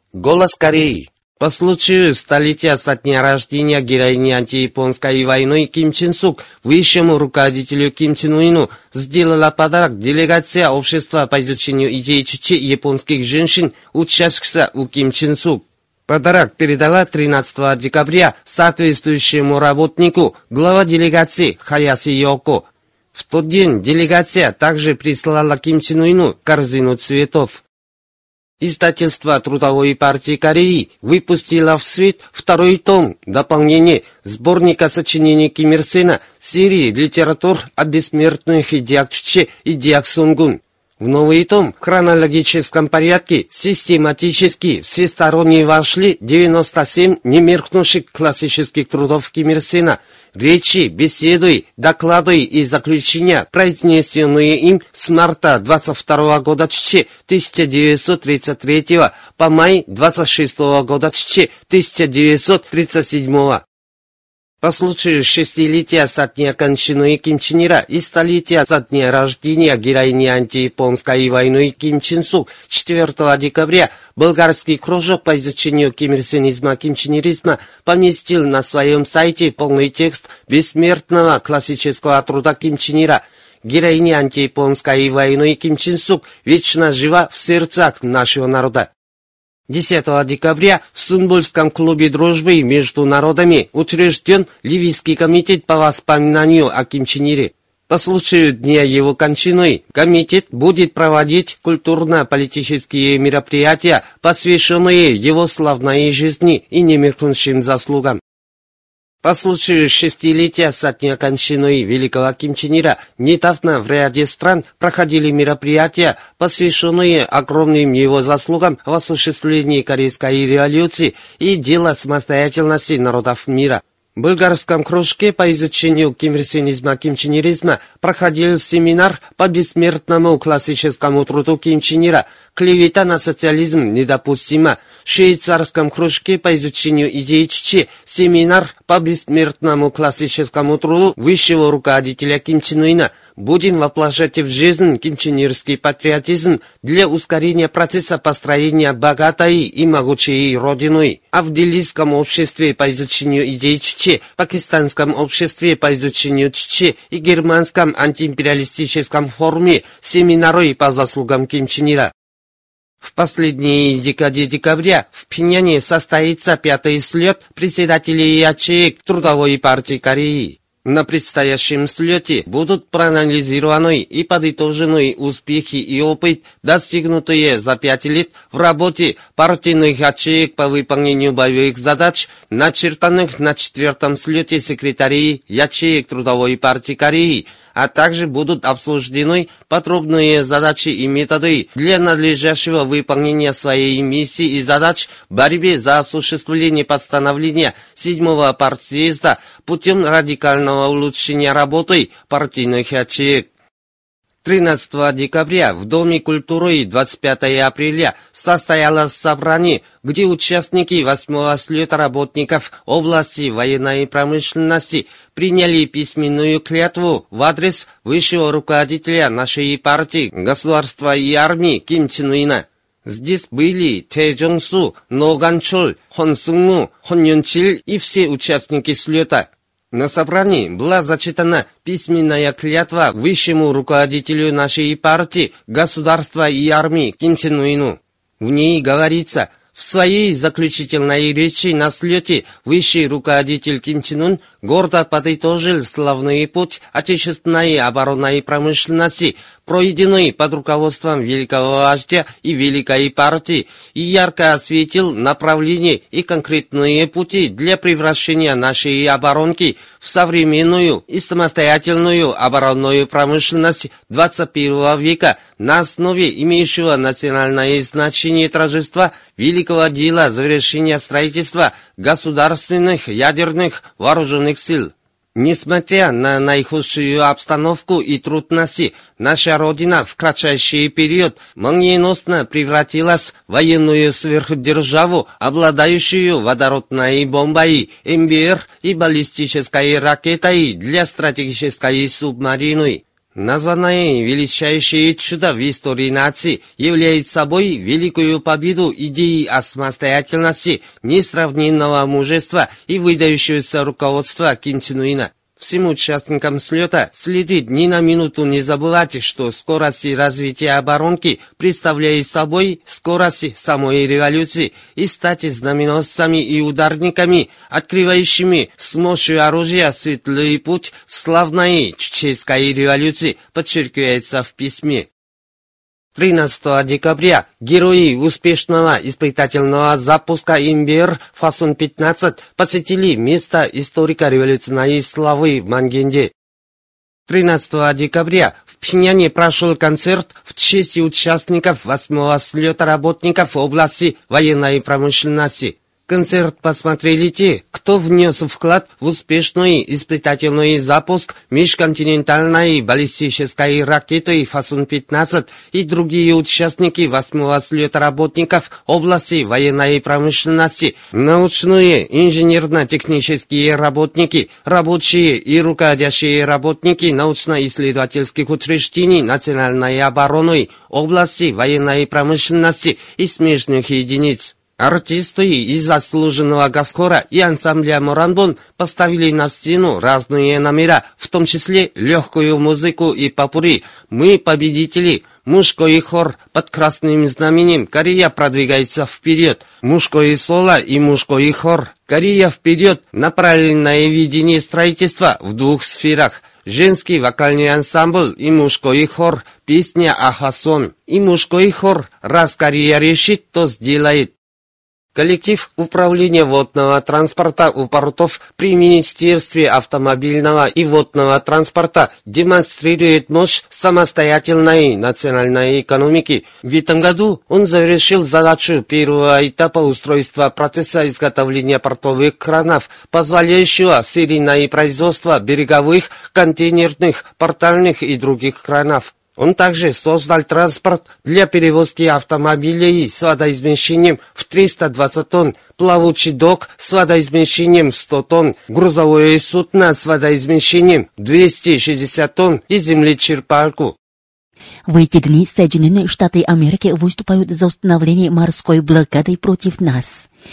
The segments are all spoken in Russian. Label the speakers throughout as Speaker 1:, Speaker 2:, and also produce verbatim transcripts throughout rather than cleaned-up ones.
Speaker 1: Голос Кореи. По случаю столетия со дня рождения героини антияпонской войны Ким Чен Сук высшему руководителю Ким Чен Ыну сделала подарок делегация общества по изучению идей чуче японских женщин, учащихся у Ким Чен Сук. Подарок передала тринадцатого декабря соответствующему работнику глава делегации Хаяси Йоко. В тот день делегация также прислала Ким Чен Ыну корзину цветов. Издательство Трудовой партии Кореи выпустило в свет второй том, дополнение сборника сочинений Ким Ир Сена серии литератур о бессмертных идеях Чуче и идеях Сунгун. В новый том в хронологическом порядке систематически всесторонне вошли девяносто семь немеркнувших классических трудов Ким Ир Сена, речи, беседы, доклады и заключения, произнесенные им с марта двадцать второго года Чуче тысяча девятьсот тридцать третьего по май двадцать шестого года Чуче тысяча девятьсот тридцать седьмого. По случаю шестилетия со дня кончины Ким Чен Ира и столетия со дня рождения героини антияпонской войны Ким Чен Сук четвёртого декабря болгарский кружок по изучению кимирсенизма, кимченеризма поместил на своем сайте полный текст бессмертного классического труда Ким Чен Ира. Героиня антияпонской войны Ким Чен Сук вечно жива в сердцах нашего народа. десятого декабря в Сунбульском клубе дружбы между народами учрежден Ливийский комитет по воспоминанию о Ким Чен Ире. По случаю дня его кончины комитет будет проводить культурно-политические мероприятия, посвященные его славной жизни и немеркнущим заслугам. По случаю шестилетия со дня кончины великого Ким Чен Ира недавно в ряде стран проходили мероприятия, посвященные огромным его заслугам в осуществлении Корейской революции и дела самостоятельности народов мира. В болгарском кружке по изучению кимирсенизма, кимченеризма проходил семинар по бессмертному классическому труду Ким Чен Ира «Клевета на социализм недопустима». В швейцарском кружке по изучению идей Чуче семинар по бессмертному классическому труду высшего руководителя Ким Чен Ына «Будем воплощать в жизнь кимченерский патриотизм для ускорения процесса построения богатой и могучей Родины». А в Делийском обществе по изучению идей Чуче, Пакистанском обществе по изучению Чуче и Германском антиимпериалистическом форуме семинары по заслугам Ким Чен Ира. В последней декаде декабря в Пхеньяне состоится пятый слет председателей ячеек Трудовой партии Кореи. На предстоящем слете будут проанализированы и подытожены успехи и опыт, достигнутые за пять лет в работе партийных ячеек по выполнению боевых задач, начертанных на четвертом слете секретарей ячеек Трудовой партии Кореи, а также будут обсуждены подробные задачи и методы для надлежащего выполнения своей миссии и задач в борьбе за осуществление постановления седьмого партсъезда путем радикального улучшения работы партийных ячеек. тринадцатого декабря в Доме культуры двадцать пятого апреля состоялось собрание, где участники восьмого слета работников области военной промышленности приняли письменную клятву в адрес высшего руководителя нашей партии, государства и армии Ким Чен Ына. Здесь были Тэ Джонг Су, Но Ган Чол, Хон Сung Moo, Хон Юн Чил и все участники слета. На собрании была зачитана письменная клятва высшему руководителю нашей партии, государства и армии Ким Чен Ыну. В ней говорится: в своей заключительной речи на слете высший руководитель Ким Чен Ын гордо подытожил славный путь отечественной оборонной промышленности, пройденный под руководством великого вождя и великой партии, и ярко осветил направления и конкретные пути для превращения нашей оборонки в современную и самостоятельную оборонную промышленность двадцать первого века на основе имеющего национальное значение торжества великого дела завершения строительства государственных ядерных вооруженных сил. Несмотря на наихудшую обстановку и трудности, наша Родина в кратчайший период молниеносно превратилась в военную сверхдержаву, обладающую водородной бомбой, эм бэ эр и баллистической ракетой для стратегической субмарины. Названное величайшее чудо в истории нации является собой великую победу идеи о самостоятельности, несравненного мужества и выдающегося руководства Ким Чен Ына. Всем участникам слета следует ни на минуту не забывать, что скорость развития оборонки представляет собой скорость самой революции, и стать знаменосцами и ударниками, открывающими с мощью оружия светлый путь славной чеченской революции, подчеркивается в письме. тринадцатого декабря герои успешного испытательного запуска «Имбер» Фасун пятнадцать посетили место историко-революционной славы в Мангенде. тринадцатого декабря в Пхеньяне прошел концерт в честь участников восьмого слета работников области военной промышленности. Концерт посмотрели те, кто внес вклад в успешный испытательный запуск межконтинентальной баллистической ракеты Фасун пятнадцать и другие участники восьмого слета работников области военной промышленности, научные, инженерно-технические работники, рабочие и руководящие работники научно-исследовательских учреждений национальной обороны, области военной промышленности и смежных единиц. Артисты из заслуженного Гасхора и ансамбля Моранбон поставили на сцену разные номера, в том числе легкую музыку и попурри. «Мы победители», мужской хор под красным знаменем «Корея продвигается вперед», мужское соло и мужской хор «Корея вперед», направленное видение строительства в двух сферах. Женский вокальный ансамбль и мужской хор «Песня о Хасон» и мужской хор «Раз Корея решит, то сделает». Коллектив управления водного транспорта у портов при Министерстве автомобильного и водного транспорта демонстрирует мощь самостоятельной национальной экономики. В этом году он завершил задачу первого этапа устройства процесса изготовления портовых кранов, позволяющего серийное производство береговых, контейнерных, портальных и других кранов. Он также создал транспорт для перевозки автомобилей с водоизмещением в триста двадцать тонн, плавучий док с водоизмещением сто тонн, грузовое судно с водоизмещением двести шестьдесят тонн и землечерпалку.
Speaker 2: В эти дни Соединенные Штаты Америки выступают за установление морской блокады против нас.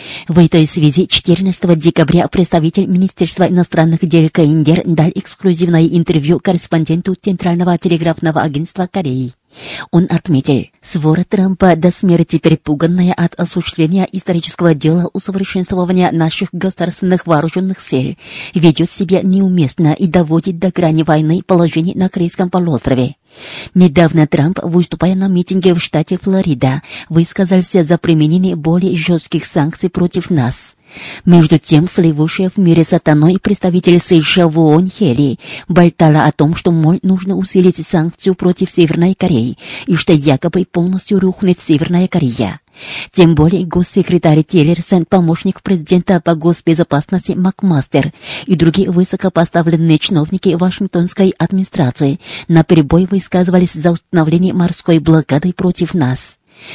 Speaker 2: В этой связи четырнадцатого декабря представитель Министерства иностранных дел Каиндер дал эксклюзивное интервью корреспонденту Центрального телеграфного агентства Кореи. Он отметил, свора Трампа до смерти перепуганная от осуществления исторического дела усовершенствования наших государственных вооруженных сил ведет себя неуместно и доводит до грани войны положение на Корейском полуострове. Недавно Трамп, выступая на митинге в штате Флорида, высказался за применение более жестких санкций против нас. Между тем, сливущая в мире сатаной представитель США в ООН Хели болтала о том, что, мол, нужно усилить санкцию против Северной Кореи и что якобы полностью рухнет Северная Корея. Тем более госсекретарь Тиллерсон, помощник президента по госбезопасности Макмастер и другие высокопоставленные чиновники Вашингтонской администрации наперебой высказывались за установление морской блокады против нас.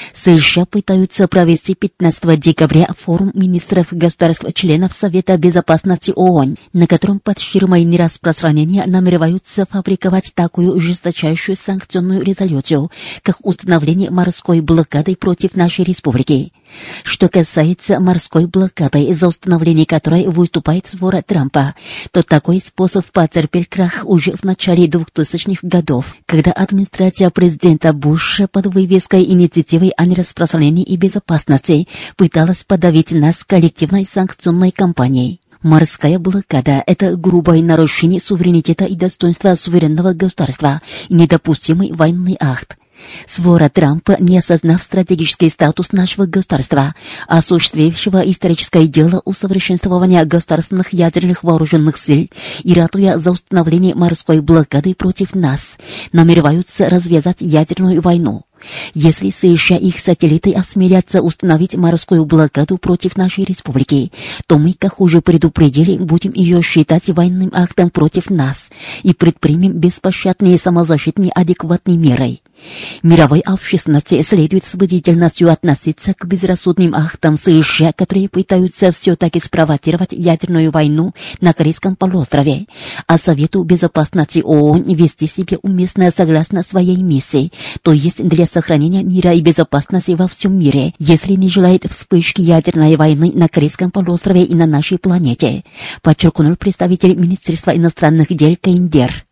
Speaker 2: США пытаются провести пятнадцатого декабря форум министров государств-членов Совета Безопасности ООН, на котором под ширмой нераспространения намереваются фабриковать такую жесточайшую санкционную резолюцию, как установление морской блокады против нашей республики. Что касается морской блокады, за установление которой выступает свора Трампа, то такой способ потерпел крах уже в начале двухтысячных годов, когда администрация президента Буша под вывеской инициативы о нераспространении и безопасности пыталась подавить нас коллективной санкционной кампанией. Морская блокада – это грубое нарушение суверенитета и достоинства суверенного государства и недопустимый военный акт. Свора Трампа, не осознав стратегический статус нашего государства, осуществившего историческое дело усовершенствования государственных ядерных вооруженных сил и ратуя за установление морской блокады против нас, намереваются развязать ядерную войну. Если США и их сателлиты осмелятся установить морскую блокаду против нашей республики, то мы, как уже предупредили, будем ее считать военным актом против нас и предпримем беспощадные самозащитные адекватные меры. Мировой общественности следует с бдительностью относиться к безрассудным актам США, которые пытаются все-таки спровоцировать ядерную войну на Корейском полуострове, а Совету Безопасности ООН вести себя уместно согласно своей миссии, то есть для сохранения мира и безопасности во всем мире, если не желает вспышки ядерной войны на Корейском полуострове и на нашей планете, подчеркнул представитель Министерства иностранных дел Кейндер.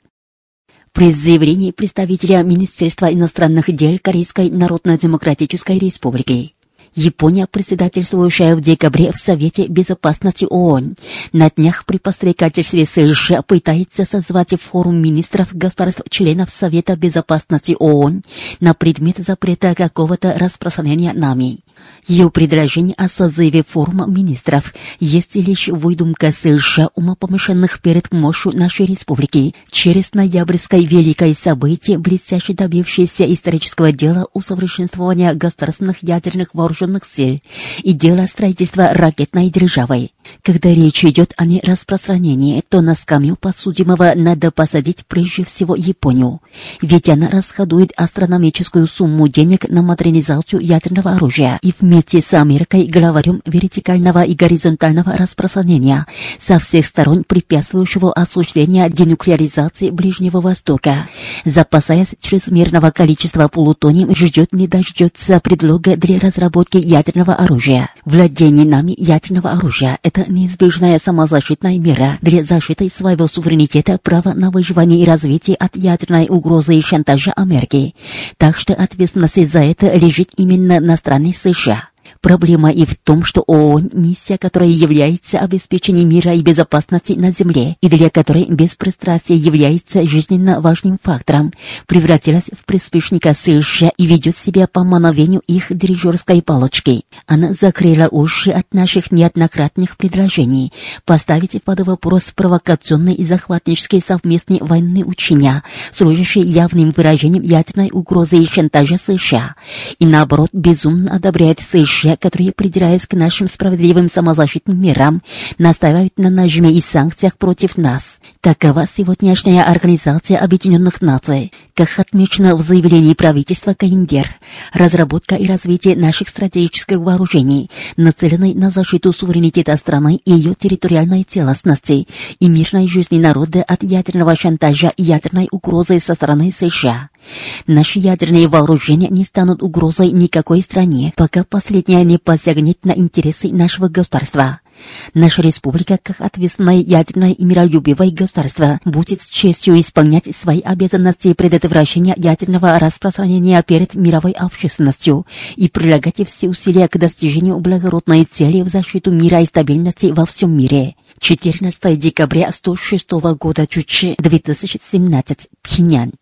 Speaker 2: При заявлении представителя Министерства иностранных дел Корейской Народно-Демократической Республики. Япония, председательствующая в декабре в Совете Безопасности ООН, на днях при подстрекательстве США пытается созвать форум министров государств-членов Совета Безопасности ООН на предмет запрета какого-то распространения нами. Ее предложение о созыве форума министров есть лишь выдумка США, умопомешанных перед мощью нашей республики, через ноябрьское великое событие, блестяще добившееся исторического дела усовершенствования государственных ядерных вооруженных сил и дела строительства ракетной державы. Когда речь идет о нераспространении, то на скамью подсудимого надо посадить прежде всего Японию, ведь она расходует астрономическую сумму денег на модернизацию ядерного оружия и вместе с Америкой главарем вертикального и горизонтального распространения со всех сторон препятствующего осуществлению денуклеаризации Ближнего Востока, запасаясь чрезмерного количества плутония, ждет не дождется предлога для разработки ядерного оружия. Владение нами ядерного оружия – это неизбежная самозащитная мера для защиты своего суверенитета, права на выживание и развитие от ядерной угрозы и шантажа Америки. Так что ответственность за это лежит именно на стороне США. Проблема и в том, что ООН, миссия которой является обеспечение мира и безопасности на Земле, и для которой беспристрастие является жизненно важным фактором, превратилась в приспешника США и ведет себя по мановению их дирижерской палочки. Она закрыла уши от наших неоднократных предложений поставить под вопрос провокационные и захватнические совместные военные учения, служащие явным выражением ядерной угрозы и шантажа США, и наоборот безумно одобряет США, которые, придираясь к нашим справедливым самозащитным мерам, настаивают на нажиме и санкциях против нас. Такова сегодняшняя Организация Объединенных Наций. Как отмечено в заявлении правительства Кейндер, разработка и развитие наших стратегических вооружений, нацеленной на защиту суверенитета страны и ее территориальной целостности и мирной жизни народа от ядерного шантажа и ядерной угрозы со стороны США. Наши ядерные вооружения не станут угрозой никакой стране, пока последняя не посягнет на интересы нашего государства. Наша республика, как ответственное ядерное и миролюбивое государство, будет с честью исполнять свои обязанности предотвращения ядерного распространения перед мировой общественностью и прилагать все усилия к достижению благородной цели в защиту мира и стабильности во всем мире. четырнадцатого декабря сто шестого года Чучи, две тысячи семнадцатый, Пхеньян.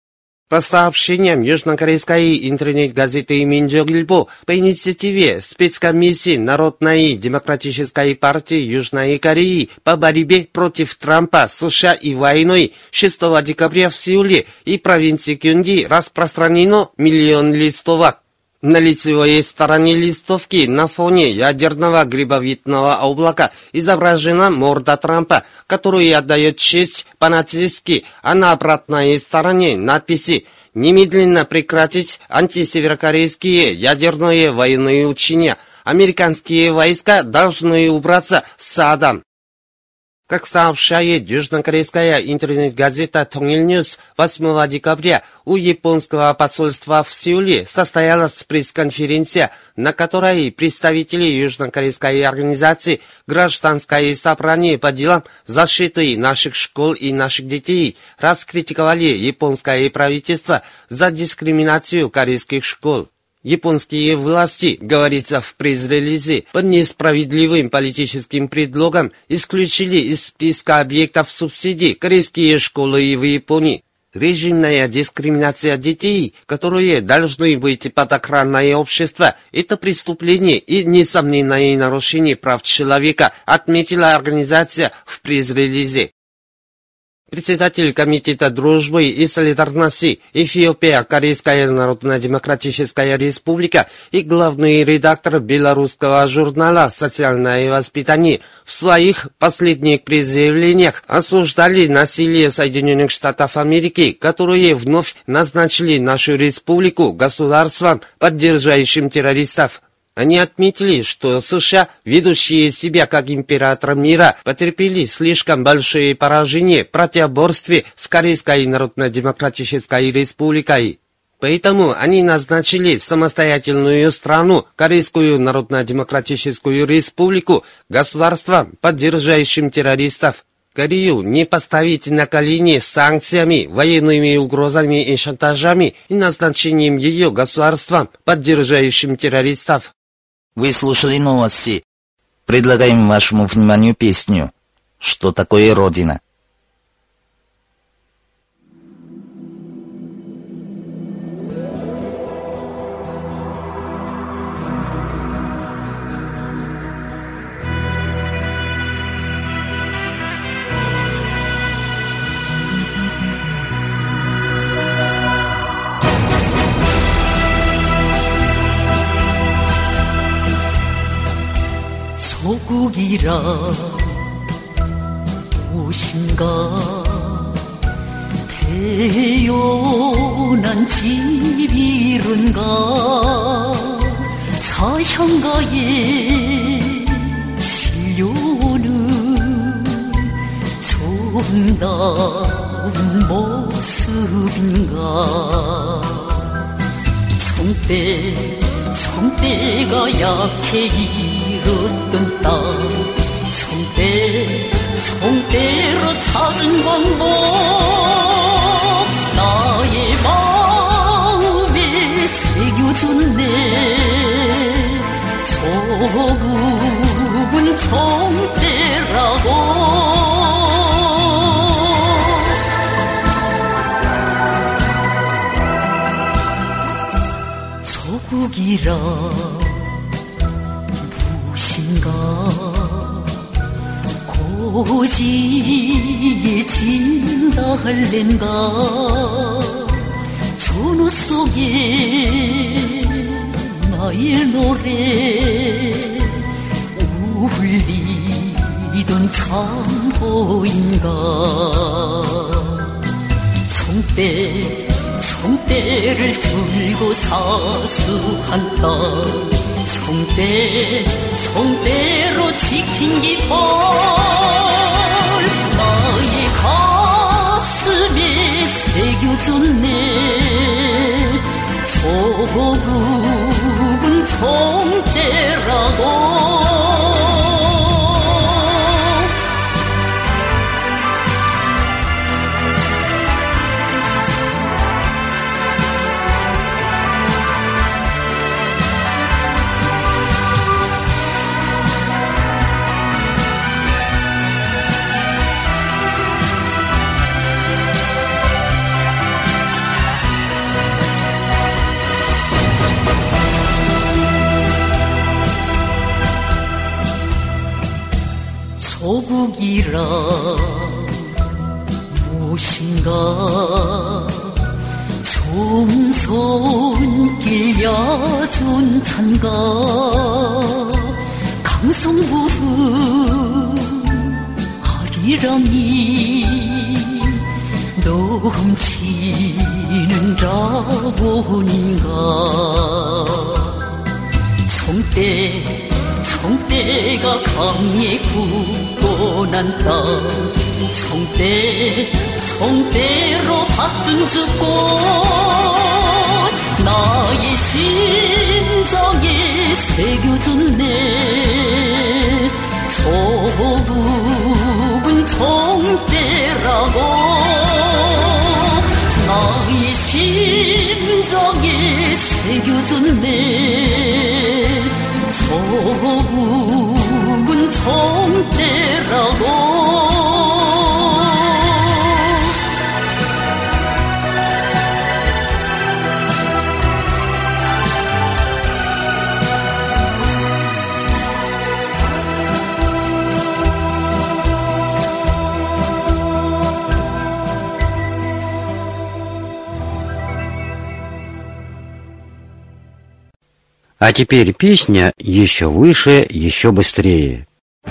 Speaker 1: По сообщениям южнокорейской интернет-газеты «Минджок-Ильбо», по инициативе спецкомиссии Народной демократической партии Южной Кореи по борьбе против Трампа, США и войной шестого декабря в Сеуле и провинции Кёнги распространено миллион листовок. На лицевой стороне листовки на фоне ядерного грибовидного облака изображена морда Трампа, которую отдает честь по-нацистски, а на обратной стороне надписи «Немедленно прекратить антисеверокорейские ядерные военные учения. Американские войска должны убраться с садом». Как сообщает южнокорейская интернет-газета «Тонгильньюс», восьмого декабря у японского посольства в Сеуле состоялась пресс-конференция, на которой представители южнокорейской организации «Гражданское собрание по делам защиты наших школ и наших детей» раскритиковали японское правительство за дискриминацию корейских школ. Японские власти, говорится в пресс-релизе, под несправедливым политическим предлогом исключили из списка объектов субсидий корейские школы в Японии. Режимная дискриминация детей, которые должны быть под охраной общества, это преступление и несомненное нарушение прав человека, отметила организация в пресс-релизе. председатель Комитета дружбы и солидарности Эфиопия, Корейская Народно-Демократическая Республика и главный редактор белорусского журнала «Социальное воспитание» в своих последних заявлениях осуждали насилие Соединенных Штатов Америки, которые вновь назначили нашу республику государством, поддерживающим террористов. Они отметили, что США, ведущие себя как император мира, потерпели слишком большое поражение в противоборстве с Корейской Народно-Демократической Республикой. Поэтому они назначили самостоятельную страну, Корейскую Народно-Демократическую Республику, государством, поддерживающим террористов. Корею не поставить на колени санкциями, военными угрозами и шантажами и назначением ее государством, поддерживающим террористов.
Speaker 3: Вы слушали новости. Предлагаем вашему вниманию песню «Что такое Родина?».
Speaker 4: 조국이라 무엇인가 태어난 집 이른가 사형가의 신료는 정다운 모습인가 성대 성대가 약해 잃었던 땅 성대 성대로 찾은 방법 나의 마음에 새겨줬네 조국은 성대라고 조국이라 무엇인가 고지에 진다 할랜가 전후 속에 나의 노래 울리던 참호인가 성대 성대를 들고 사수한 땅 성대 성대로 지킨 깃발 나의 가슴에 새겨줬네 조국은 성대라고 조국이라 무엇인가 총선길 야전찬가 강성부른 아리랑이 넘치는 라본인가 성대 성대가 강에 굳고 난 땅 성대 성대로 받든 죽고 나의 심장에 새겨졌네 조국은 성대라고 나의 심장에 새겨졌네 조국은 성대라고
Speaker 5: А теперь песня еще выше, еще быстрее.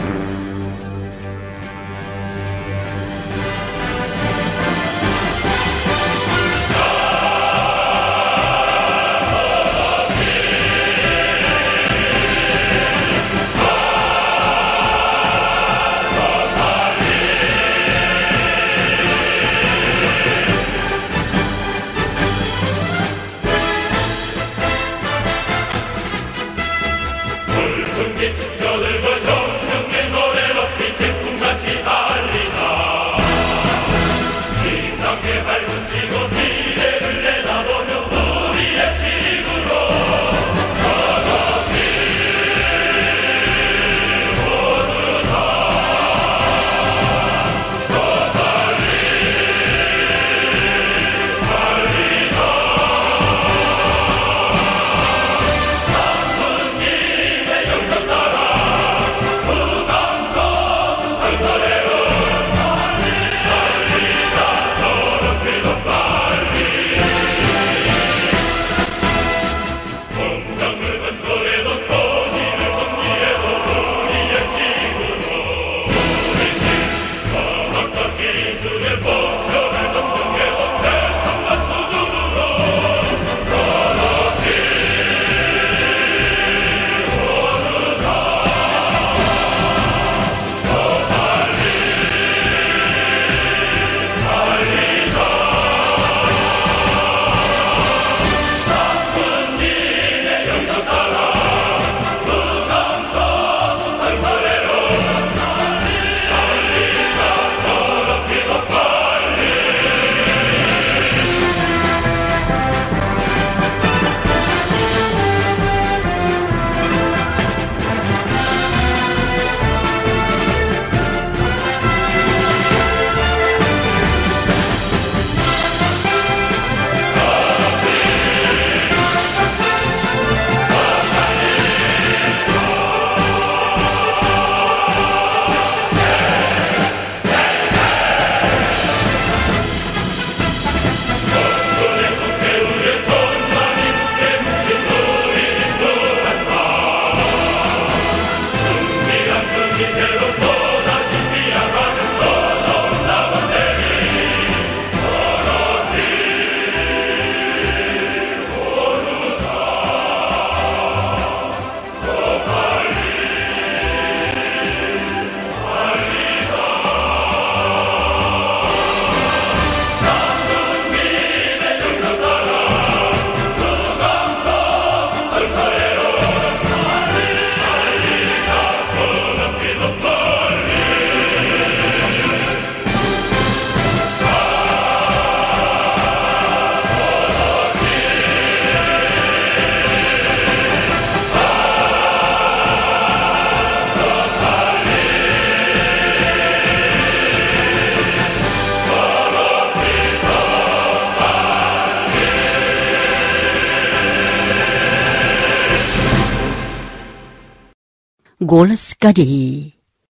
Speaker 2: Голос Кореи.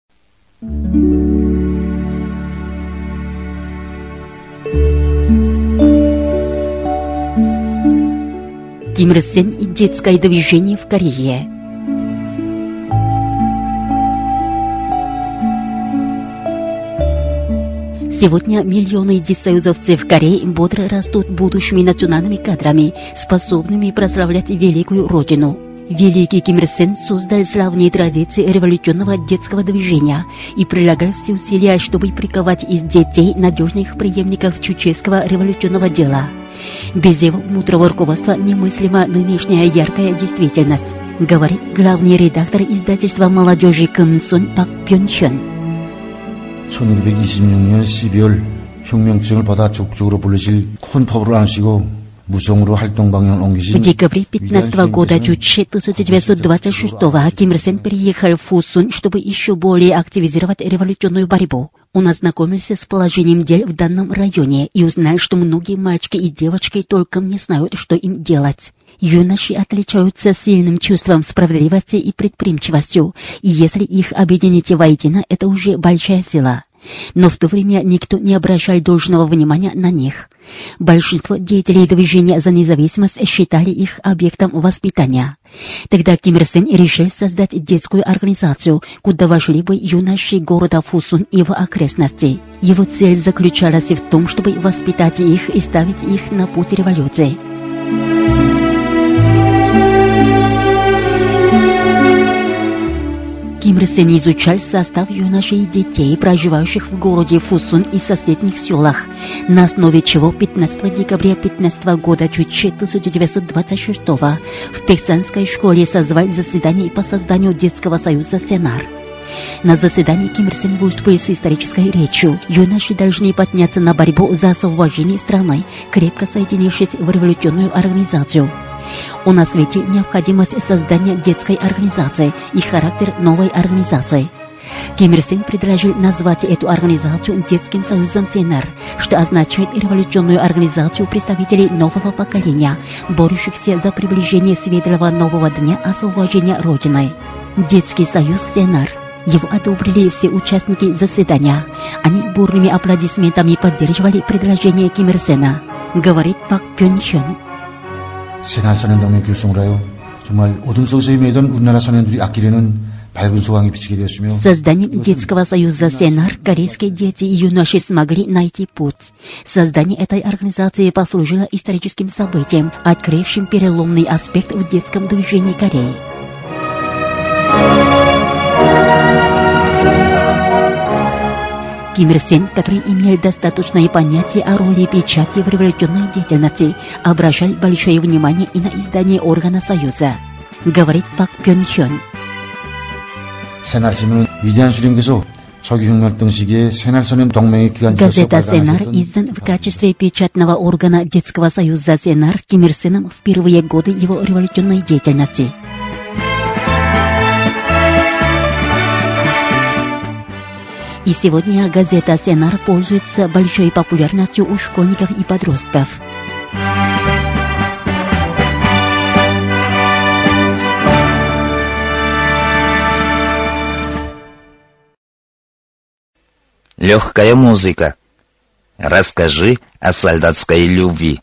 Speaker 2: Ким Ир Сен и детское движение в Корее. Сегодня миллионы десоюзовцев Кореи бодро растут будущими национальными кадрами, способными прославлять великую родину. Великий Ким Ир Сен создал славные традиции революционного детского движения и прилагал все усилия, чтобы приковать из детей надежных преемников чеченского революционного дела. Без его мудрого руководства немыслима нынешняя яркая действительность, говорит главный редактор издательства молодежи Кымсон Пак Бёнхён.
Speaker 6: 천구백이십육 년 십이월 혁명증을 받아 적극적으로 불러실 콘팝을 안시고 В
Speaker 2: декабре пятнадцатого года тысяча девятьсот двадцать шестого Ким Ир Сен переехал в Фусун, чтобы еще более активизировать революционную борьбу. Он ознакомился с положением дел в данном районе и узнал, что многие мальчики и девочки толком не знают, что им делать. Юноши отличаются сильным чувством справедливости и предприимчивостью, и если их объединить воедино, это уже большая сила. но в то время никто не обращал должного внимания на них. Большинство деятелей движения за независимость считали их объектом воспитания. Тогда Ким Ир Сен решил создать детскую организацию, куда вошли бы юноши города Фусун и его окрестностей. Его цель заключалась в том, чтобы воспитать их и ставить их на путь революции. Ким Ир Сен изучал состав юношей и детей, проживающих в городе Фусун и соседних селах, на основе чего пятнадцатого декабря пятнадцатого года тысяча девятьсот двадцать шестого в Пексанской школе созвал заседание по созданию детского союза «Сенар». На заседании Ким Ир Сен выступил с исторической речью. Юноши должны подняться на борьбу за освобождение страны, крепко соединившись в революционную организацию. Он осветил необходимость создания детской организации и характер новой организации. Ким Ир Сен предложил назвать эту организацию детским союзом «Сенар», что означает революционную организацию представителей нового поколения, борющихся за приближение светлого нового дня освобождения Родины. Детский союз «Сенар». Его одобрили все участники заседания. Они бурными аплодисментами поддерживали предложение Ким Ир Сена, говорит Пак Пён Чон.
Speaker 6: 새날 소년동맹 결성을 하여 정말 어둠 속에서 헤매던 우리나라 소년들이 아끼려는 밝은 소망이 비치게 되었으며
Speaker 2: Созданием детского союза «Сенар» корейские дети и юноши смогли найти путь. Создание этой организации послужило историческим событием, открывшим переломный аспект в детском движении Кореи. Ким Ир Сен, который имел достаточное понятие о роли печати в революционной деятельности, обращал большое внимание и на издание органа Союза, говорит Пак Пён Чон.
Speaker 6: 새날 신문은 위대한 수령께서 서기혁명활동 시기에 새날 소년 동맹의 기관지로서
Speaker 2: Газета «Сенар» издан в качестве печатного органа детского союза «Сенар» Ким Ир Сеном в первые годы его революционной деятельности. И сегодня газета «Сенар» пользуется большой популярностью у школьников и подростков.
Speaker 3: Легкая музыка. Расскажи о солдатской любви.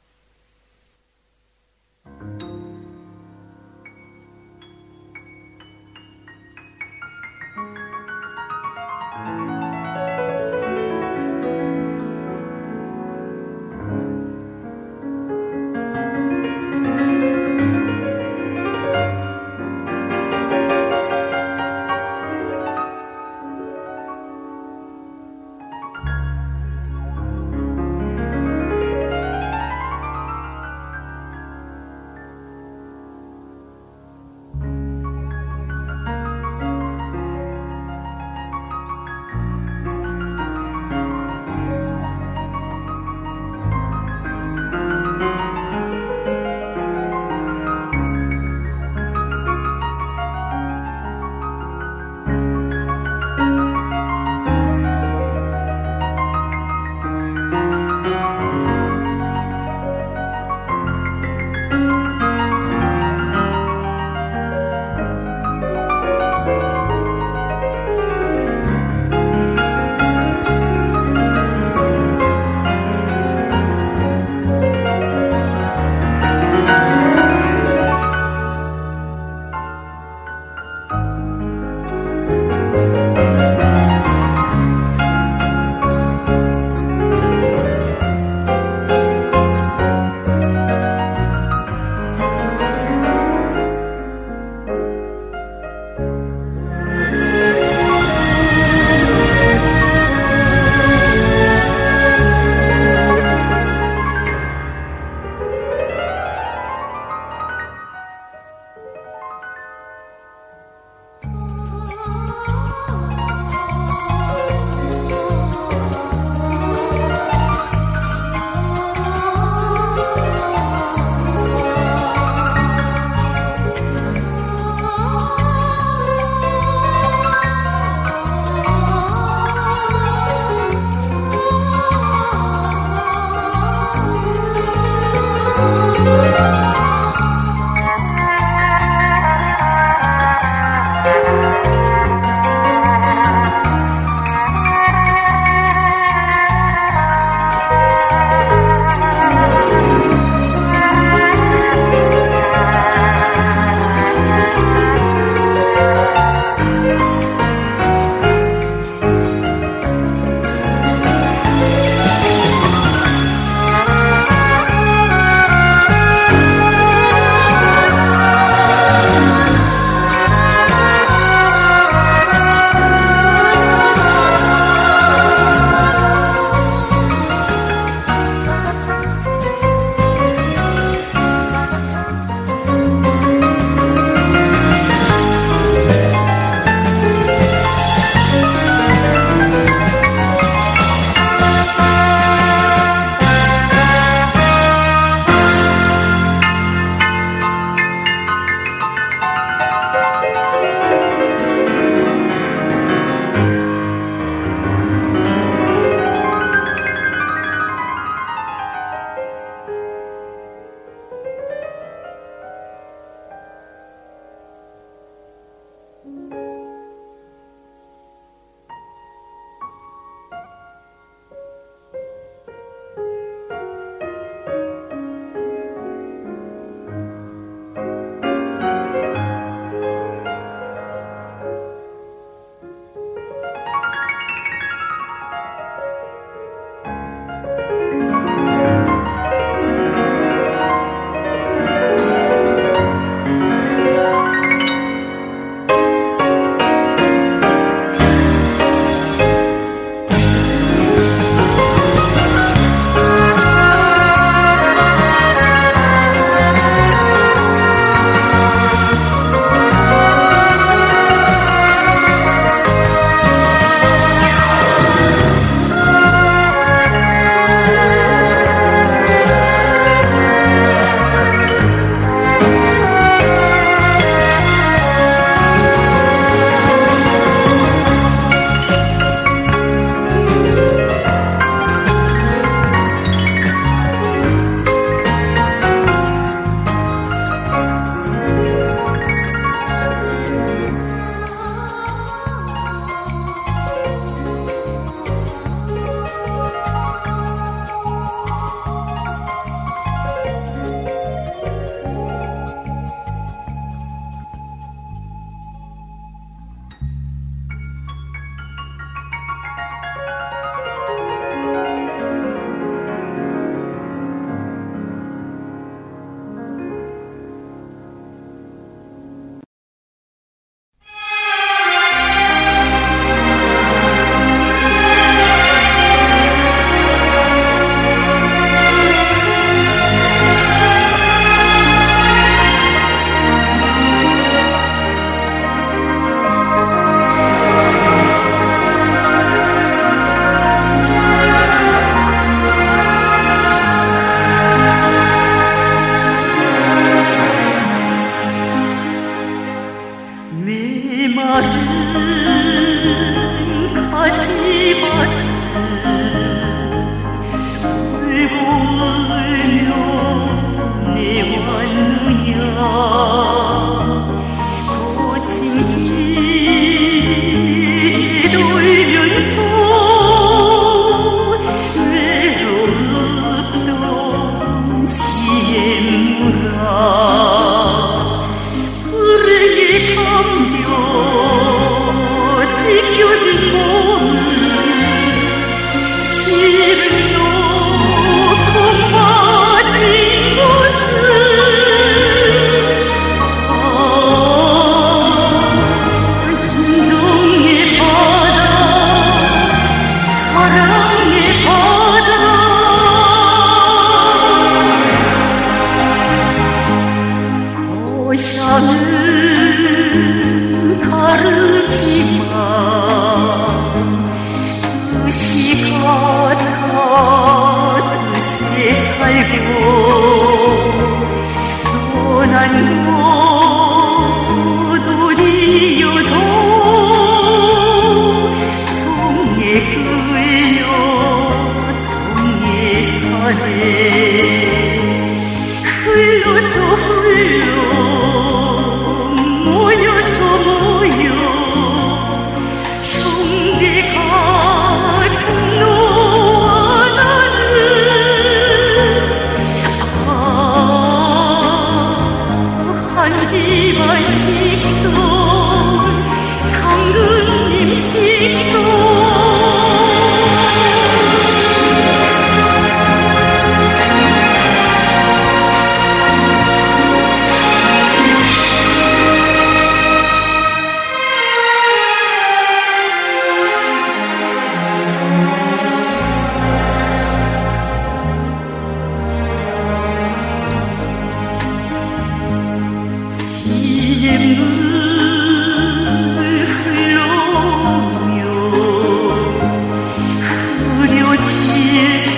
Speaker 4: 뜻이 같아 뜻에 살고 떠난 곳 어디여도 정에 끌려 정에 사네 흘러서 흘러 모여서 모여 형제 같은 너와 나는 아, 한 집안 식솔 상근님 식솔 물 흘러오며 흐려질 수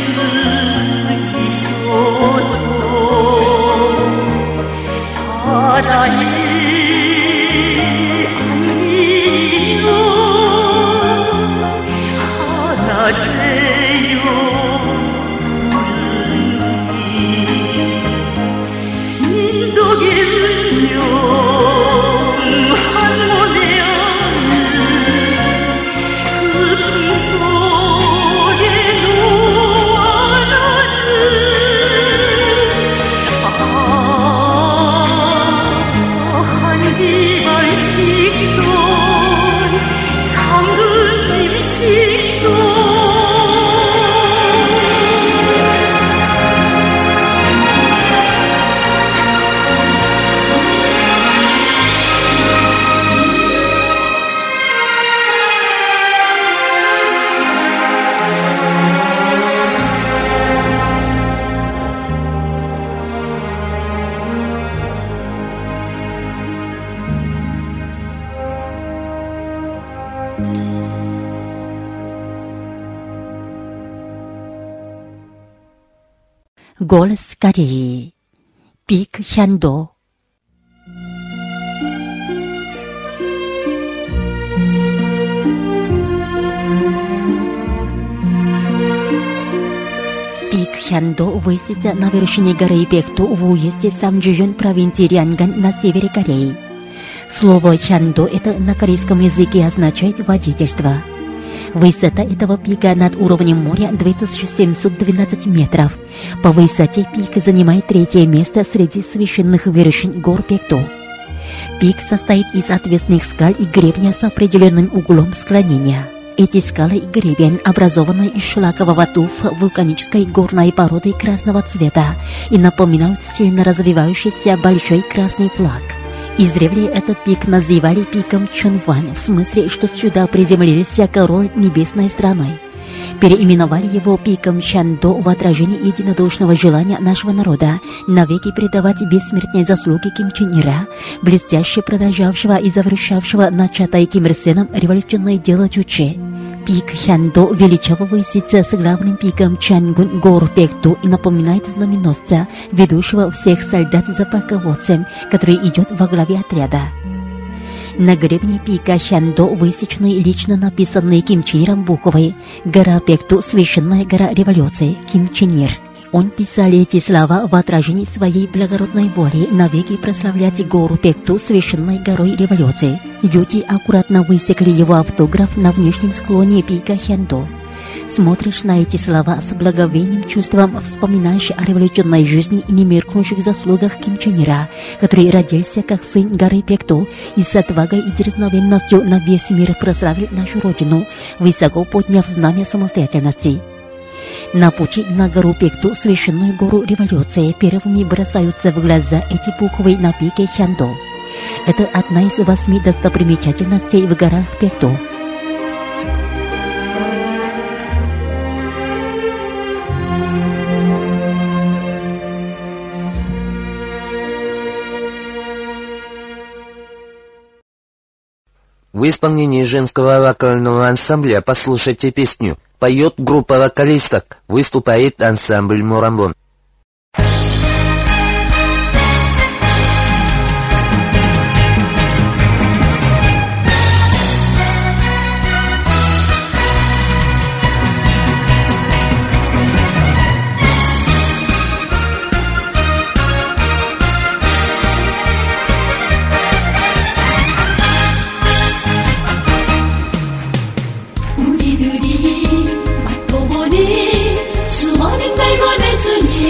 Speaker 4: 있어도 바다에 안기며 하나 되어 부르니 민족의 운명
Speaker 2: 골스카리 빅현도 Пик-Хяндо высится на вершине горы Пекту в уезде Самджиюн провинции Рянган на севере Кореи. Слово «Хяндо» это на корейском языке означает «водительство». Высота этого пика над уровнем моря две тысячи семьсот двенадцать метров. По высоте пик занимает третье место среди священных вершин гор Пекту. Пик состоит из отвесных скал и гребня с определенным углом склонения. Эти скалы и гребень образованы из шлакового туфа вулканической горной породы красного цвета и напоминают сильно развивающийся большой красный флаг. Издревле этот пик называли пиком Чонван, в смысле, что сюда приземлился король небесной страны. Переименовали его пиком Хяндо в отражении единодушного желания нашего народа навеки предавать бессмертные заслуги Ким Чен Ира, блестяще продолжавшего и завершавшего начатое Ким Ир Сеном революционное дело Чуче. Пик Хяндо величаво высится с главным пиком Чангун гор Пекту и напоминает знаменосца, ведущего всех солдат за полководцем, который идет во главе отряда. На гребне пика Хяндо высечены лично написанные Ким Чен Иром буквы «Гора Пекту, священная гора революции, Ким Чен Ир». Он писал эти слова в отражении своей благородной воли навеки прославлять гору Пекту священной горой революции. Люди аккуратно высекли его автограф на внешнем склоне пика Хяндо. Смотришь на эти слова с благовейным чувством, вспоминаешь о революционной жизни и немеркнущих заслугах Ким Чен Ира, который родился как сын горы Пекту и с отвагой и дерзновенностью на весь мир прославил нашу родину, высоко подняв знамя самостоятельности. На пути на гору Пекту, священную гору революции, первыми бросаются в глаза эти буквы на пике Хяндо. Это одна из восьми достопримечательностей в горах Пекту.
Speaker 3: В исполнении женского вокального ансамбля «Послушайте песню» поет группа вокалисток, выступает ансамбль «Мурамбон».
Speaker 4: 수많은 날 보내주니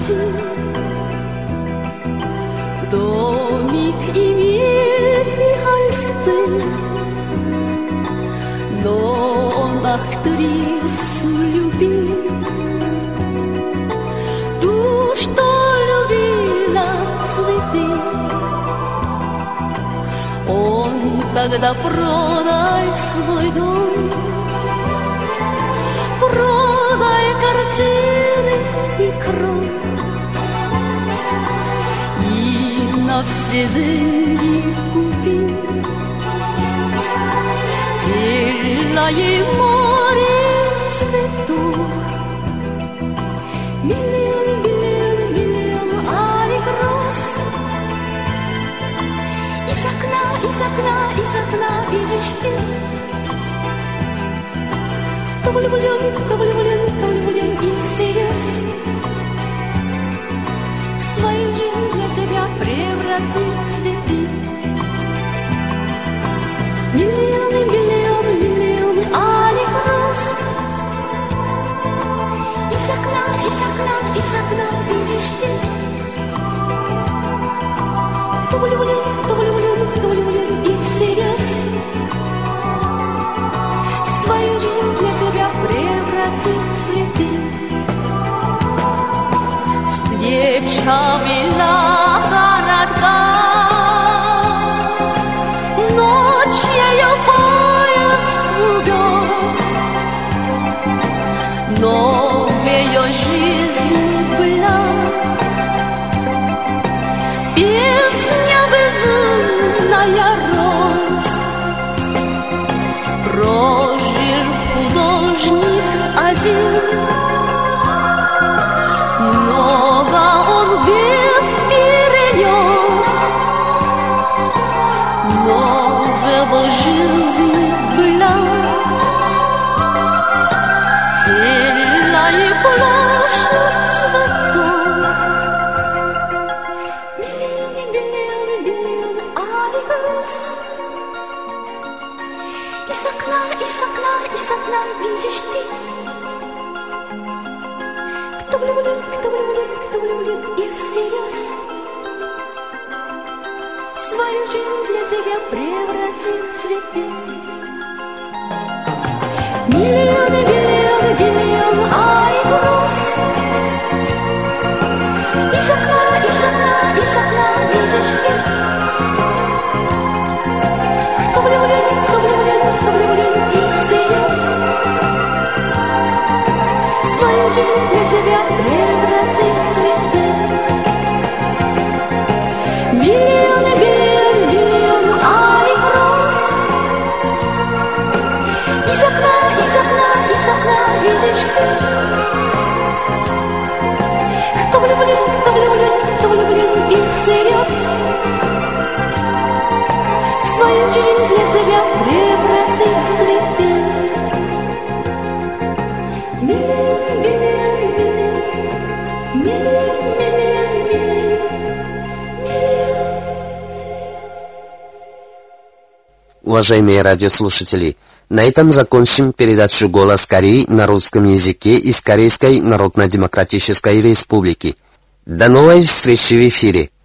Speaker 7: ночи. Домик имели холсты, но он актрису любил, ту, что любила цветы. Он тогда продай свой дом, продай картины и кровь, и на все деньги купил темное море цветов. Миллионы, миллионы, миллионы алых роз. Из окна, из окна, из окна видишь ты. Кто влюблен, кто влюблен, кто влюблен и всерьез свою жизнь для тебя превратит в цветы. Миллионы, миллионы, миллионы алых роз. Из окна, из окна, из окна видишь ты. Кто влюблен, кто влюблен, кто влюблен и всерьез свою жизнь для тебя превратит в цветы. Встреча мила коротка, ночь ее поезд увез, но в ее жизни была песня безумная роз. Прожил художник один, много он бед перенес, но в его жизни была темная площадь цветов. Миллионы, миллионы, миллионы алых роз. Из окна, из окна, из окна видишь ты. Кто влюблен, кто влюблен, кто влюблен и всерьез свою жизнь для тебя превратит в цветы. Миллионы, миллионы, миллионы алых роз. Из окна, из окна, из окна видишь ты. Кто влюблен, кто влюблен, кто влюблен и всерьез свою жизнь для тебя превратит в цветы. Миллионы, миллионы, миллионы алых роз. Из окна, из окна, из окна видишь ты. Кто влюблен, кто влюблен, кто влюблен и всерьез свою жизнь для тебя превратит в цветы. Миллионы, миллионы, миллионы, миллионы, миллионы, миллионы.
Speaker 3: Уважаемые радиослушатели, на этом закончим передачу «Голос Кореи» на русском языке из Корейской Народно-Демократической Республики. До новой встречи в эфире!